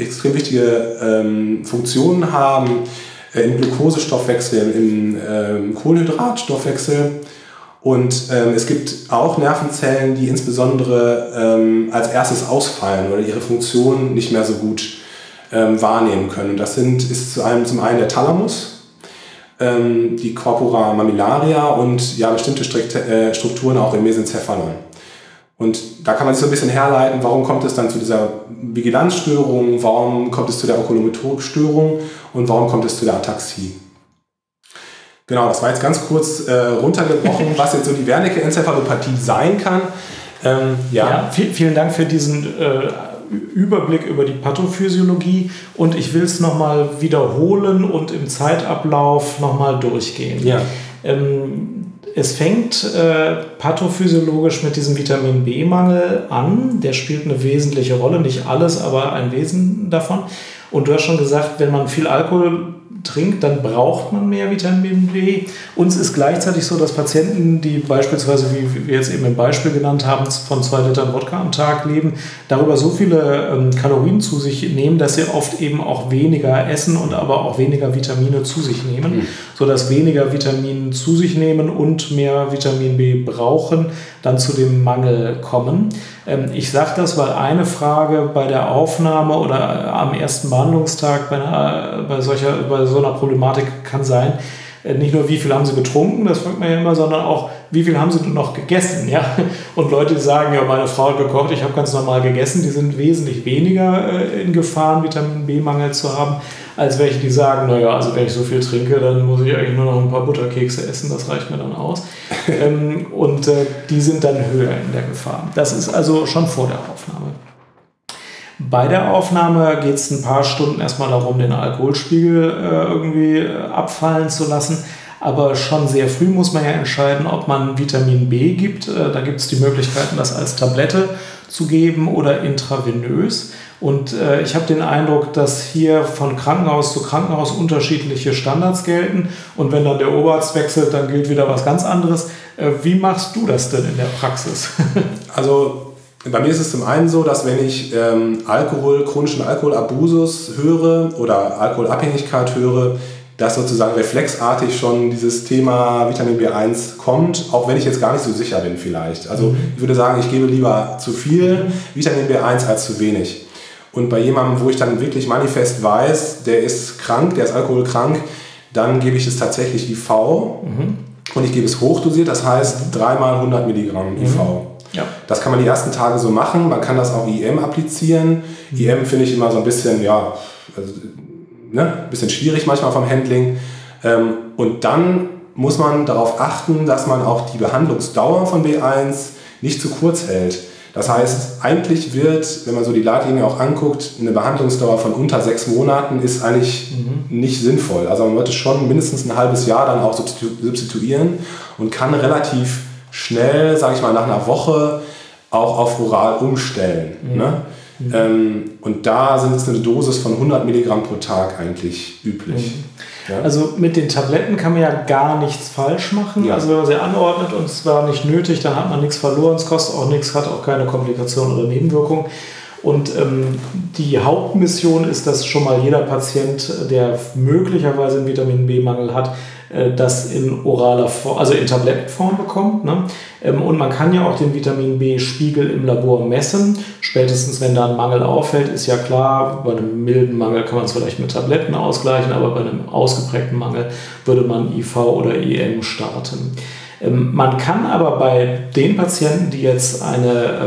Speaker 2: Funktionen haben im Glukosestoffwechsel, im Kohlenhydratstoffwechsel. Und es gibt auch Nervenzellen, die insbesondere als erstes ausfallen oder ihre Funktion nicht mehr so gut wahrnehmen können. Und das ist zum einen der Thalamus, die Corpora mammillaria und ja, bestimmte Strukturen auch im Mesencephalon. Und da kann man sich so ein bisschen herleiten, warum kommt es dann zu dieser Vigilanzstörung, warum kommt es zu der Okulomotorikstörung und warum kommt es zu der Ataxie. Genau, das war jetzt ganz kurz runtergebrochen, was jetzt so die Wernicke-Enzephalopathie sein kann.
Speaker 1: Vielen Dank für diesen Überblick über die Pathophysiologie und ich will es nochmal wiederholen und im Zeitablauf nochmal durchgehen.
Speaker 2: Ja.
Speaker 1: Es fängt pathophysiologisch mit diesem Vitamin B-Mangel an. Der spielt eine wesentliche Rolle, nicht alles, aber ein Wesen davon. Und du hast schon gesagt, wenn man viel Alkohol trinkt, dann braucht man mehr Vitamin B. Uns ist gleichzeitig so, dass Patienten, die beispielsweise, wie wir jetzt eben im Beispiel genannt haben, von 2 Litern Wodka am Tag leben, darüber so viele Kalorien zu sich nehmen, dass sie oft eben auch weniger essen und aber auch weniger Vitamine zu sich nehmen, sodass weniger Vitamin zu sich nehmen und mehr Vitamin B brauchen, dann zu dem Mangel kommen. Ich sage das, weil eine Frage bei der Aufnahme oder am ersten Behandlungstag bei so einer Problematik kann sein, nicht nur wie viel haben sie getrunken, das fragt man ja immer, sondern auch wie viel haben sie denn noch gegessen. Ja? Und Leute, die sagen, ja, meine Frau hat gekocht, ich habe ganz normal gegessen, die sind wesentlich weniger in Gefahr, Vitamin B-Mangel zu haben, als welche, die sagen, naja, also wenn ich so viel trinke, dann muss ich eigentlich nur noch ein paar Butterkekse essen, das reicht mir dann aus. Und die sind dann höher in der Gefahr. Das ist also schon vor der Aufnahme. Bei der Aufnahme geht es ein paar Stunden erstmal darum, den Alkoholspiegel irgendwie abfallen zu lassen. Aber schon sehr früh muss man ja entscheiden, ob man Vitamin B gibt. Da gibt es die Möglichkeiten, das als Tablette zu geben oder intravenös. Und ich habe den Eindruck, dass hier von Krankenhaus zu Krankenhaus unterschiedliche Standards gelten. Und wenn dann der Oberarzt wechselt, dann gilt wieder was ganz anderes. Wie machst du das denn in der Praxis?
Speaker 2: Also bei mir ist es zum einen so, dass wenn ich chronischen Alkoholabusus höre oder Alkoholabhängigkeit höre, dass sozusagen reflexartig schon dieses Thema Vitamin B1 kommt, auch wenn ich jetzt gar nicht so sicher bin vielleicht. Also ich würde sagen, ich gebe lieber zu viel Vitamin B1 als zu wenig. Und bei jemandem, wo ich dann wirklich manifest weiß, der ist krank, der ist alkoholkrank, dann gebe ich es tatsächlich IV und ich gebe es hochdosiert, das heißt 3 mal 100 Milligramm IV. Ja. Das kann man die ersten Tage so machen, man kann das auch IM applizieren. IM finde ich immer so ein bisschen, ein bisschen schwierig manchmal vom Handling. Und dann muss man darauf achten, dass man auch die Behandlungsdauer von B1 nicht zu kurz hält. Das heißt, eigentlich wird, wenn man so die Leitlinie auch anguckt, eine Behandlungsdauer von unter 6 Monaten ist eigentlich nicht sinnvoll. Also man wird es schon mindestens ein halbes Jahr dann auch substituieren und kann relativ schnell, sage ich mal, nach einer Woche auch auf oral umstellen. Und da sind es eine Dosis von 100 Milligramm pro Tag eigentlich üblich. Ja?
Speaker 1: Also mit den Tabletten kann man ja gar nichts falsch machen. Ja. Also wenn man sie anordnet und es war nicht nötig, dann hat man nichts verloren, es kostet auch nichts, hat auch keine Komplikationen oder Nebenwirkungen. Und die Hauptmission ist, dass schon mal jeder Patient, der möglicherweise einen Vitamin B-Mangel hat, das in oraler Form, also in Tablettenform bekommt. Ne? Und man kann ja auch den Vitamin B-Spiegel im Labor messen. Spätestens, wenn da ein Mangel auffällt, ist ja klar, bei einem milden Mangel kann man es vielleicht mit Tabletten ausgleichen, aber bei einem ausgeprägten Mangel würde man IV oder IM starten. Man kann aber bei den Patienten, die jetzt eine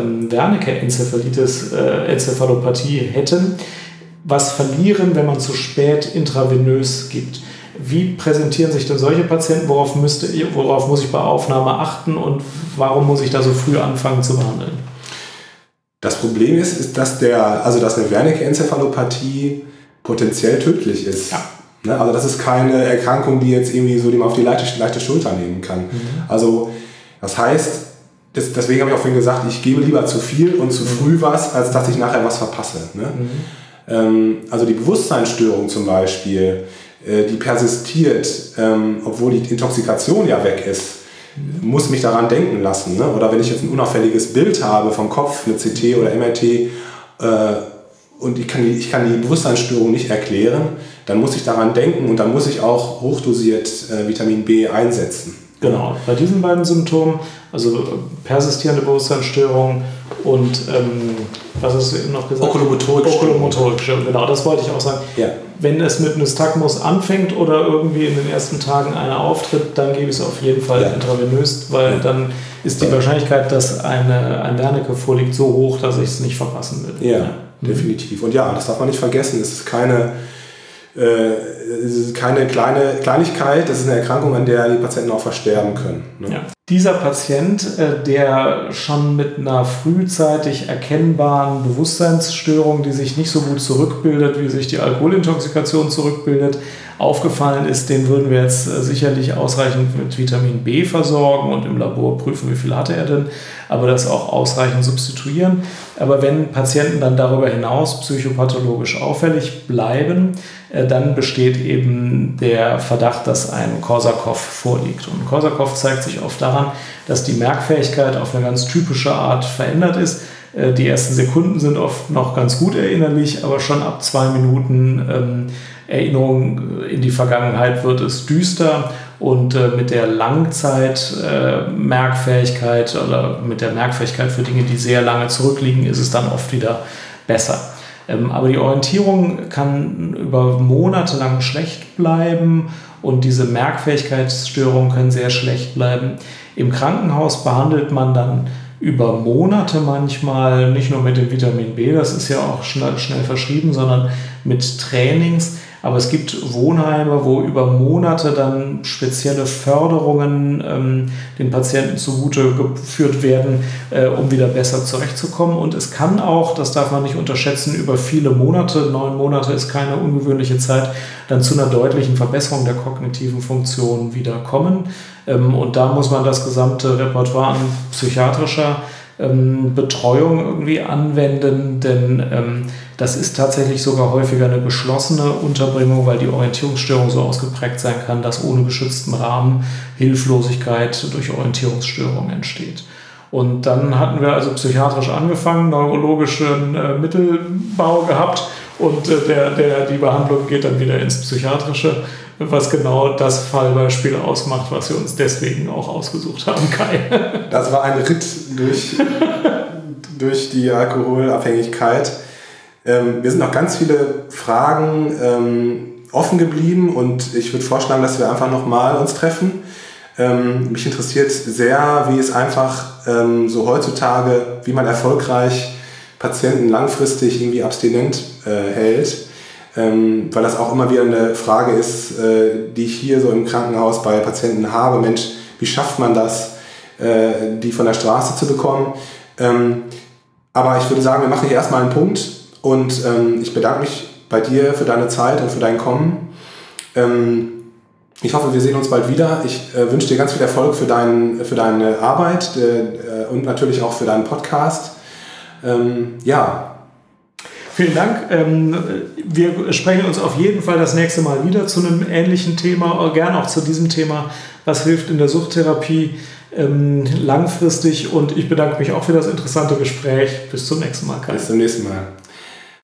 Speaker 1: Wernicke-Enzephalopathie hätten, was verlieren, wenn man zu spät intravenös gibt. Wie präsentieren sich denn solche Patienten? Worauf muss ich bei Aufnahme achten und warum muss ich da so früh anfangen zu behandeln?
Speaker 2: Das Problem ist, dass eine Wernicke-Enzephalopathie potenziell tödlich ist. Ja. Also das ist keine Erkrankung, die jetzt irgendwie so auf die leichte Schulter nehmen kann. Also das heißt, deswegen habe ich auch vorhin gesagt, ich gebe lieber zu viel und zu früh was, als dass ich nachher was verpasse. Also die Bewusstseinsstörung zum Beispiel, die persistiert, obwohl die Intoxikation ja weg ist, muss mich daran denken lassen. Oder wenn ich jetzt ein unauffälliges Bild habe vom Kopf, eine CT oder MRT, und ich kann die Bewusstseinsstörung nicht erklären, dann muss ich daran denken und dann muss ich auch hochdosiert Vitamin B einsetzen.
Speaker 1: Genau, bei diesen beiden Symptomen, also persistierende Bewusstseinsstörung und was hast du eben noch gesagt? Okulomotorik-Störung, genau, das wollte ich auch sagen. Ja. Wenn es mit Nystagmus anfängt oder irgendwie in den ersten Tagen einer auftritt, dann gebe ich es auf jeden Fall intravenös, weil dann ist die Wahrscheinlichkeit, dass ein Wernicke vorliegt, so hoch, dass ich es nicht verpassen will.
Speaker 2: Ja, definitiv. Und ja, das darf man nicht vergessen, es ist keine keine Kleinigkeit, das ist eine Erkrankung, an der die Patienten auch versterben können. Ne?
Speaker 1: Ja. Dieser Patient, der schon mit einer frühzeitig erkennbaren Bewusstseinsstörung, die sich nicht so gut zurückbildet, wie sich die Alkoholintoxikation zurückbildet, aufgefallen ist, den würden wir jetzt sicherlich ausreichend mit Vitamin B versorgen und im Labor prüfen, wie viel hatte er denn, aber das auch ausreichend substituieren. Aber wenn Patienten dann darüber hinaus psychopathologisch auffällig bleiben, dann besteht eben der Verdacht, dass ein Korsakow vorliegt. Und Korsakow zeigt sich oft daran, dass die Merkfähigkeit auf eine ganz typische Art verändert ist. Die ersten Sekunden sind oft noch ganz gut erinnerlich, aber schon ab 2 Minuten Erinnerung in die Vergangenheit wird es düster und mit der Langzeit-Merkfähigkeit oder mit der Merkfähigkeit für Dinge, die sehr lange zurückliegen, ist es dann oft wieder besser. Aber die Orientierung kann über Monate lang schlecht bleiben und diese Merkfähigkeitsstörungen können sehr schlecht bleiben. Im Krankenhaus behandelt man dann über Monate manchmal, nicht nur mit dem Vitamin B, das ist ja auch schnell verschrieben, sondern mit Trainings. Aber es gibt Wohnheime, wo über Monate dann spezielle Förderungen den Patienten zugute geführt werden, um wieder besser zurechtzukommen. Und es kann auch, das darf man nicht unterschätzen, über viele Monate, 9 Monate ist keine ungewöhnliche Zeit, dann zu einer deutlichen Verbesserung der kognitiven Funktion wieder kommen. Und da muss man das gesamte Repertoire an psychiatrischer Betreuung irgendwie anwenden, denn das ist tatsächlich sogar häufiger eine geschlossene Unterbringung, weil die Orientierungsstörung so ausgeprägt sein kann, dass ohne geschützten Rahmen Hilflosigkeit durch Orientierungsstörung entsteht. Und dann hatten wir also psychiatrisch angefangen, neurologischen Mittelbau gehabt und die Behandlung geht dann wieder ins Psychiatrische, was genau das Fallbeispiel ausmacht, was wir uns deswegen auch ausgesucht haben, Kai.
Speaker 2: Das war ein Ritt durch die Alkoholabhängigkeit. Wir sind noch ganz viele Fragen offen geblieben und ich würde vorschlagen, dass wir einfach nochmal uns treffen. Mich interessiert sehr, wie es einfach so heutzutage, wie man erfolgreich Patienten langfristig irgendwie abstinent hält. Weil das auch immer wieder eine Frage ist, die ich hier so im Krankenhaus bei Patienten habe. Mensch, wie schafft man das, die von der Straße zu bekommen? Aber ich würde sagen, wir machen hier erstmal einen Punkt und ich bedanke mich bei dir für deine Zeit und für dein Kommen. Ich hoffe, wir sehen uns bald wieder. Ich wünsche dir ganz viel Erfolg für deine Arbeit und natürlich auch für deinen Podcast.
Speaker 1: Vielen Dank. Wir sprechen uns auf jeden Fall das nächste Mal wieder zu einem ähnlichen Thema, gerne auch zu diesem Thema, was hilft in der Suchttherapie langfristig. Und ich bedanke mich auch für das interessante Gespräch. Bis zum nächsten Mal, Kai.
Speaker 2: Bis zum nächsten Mal.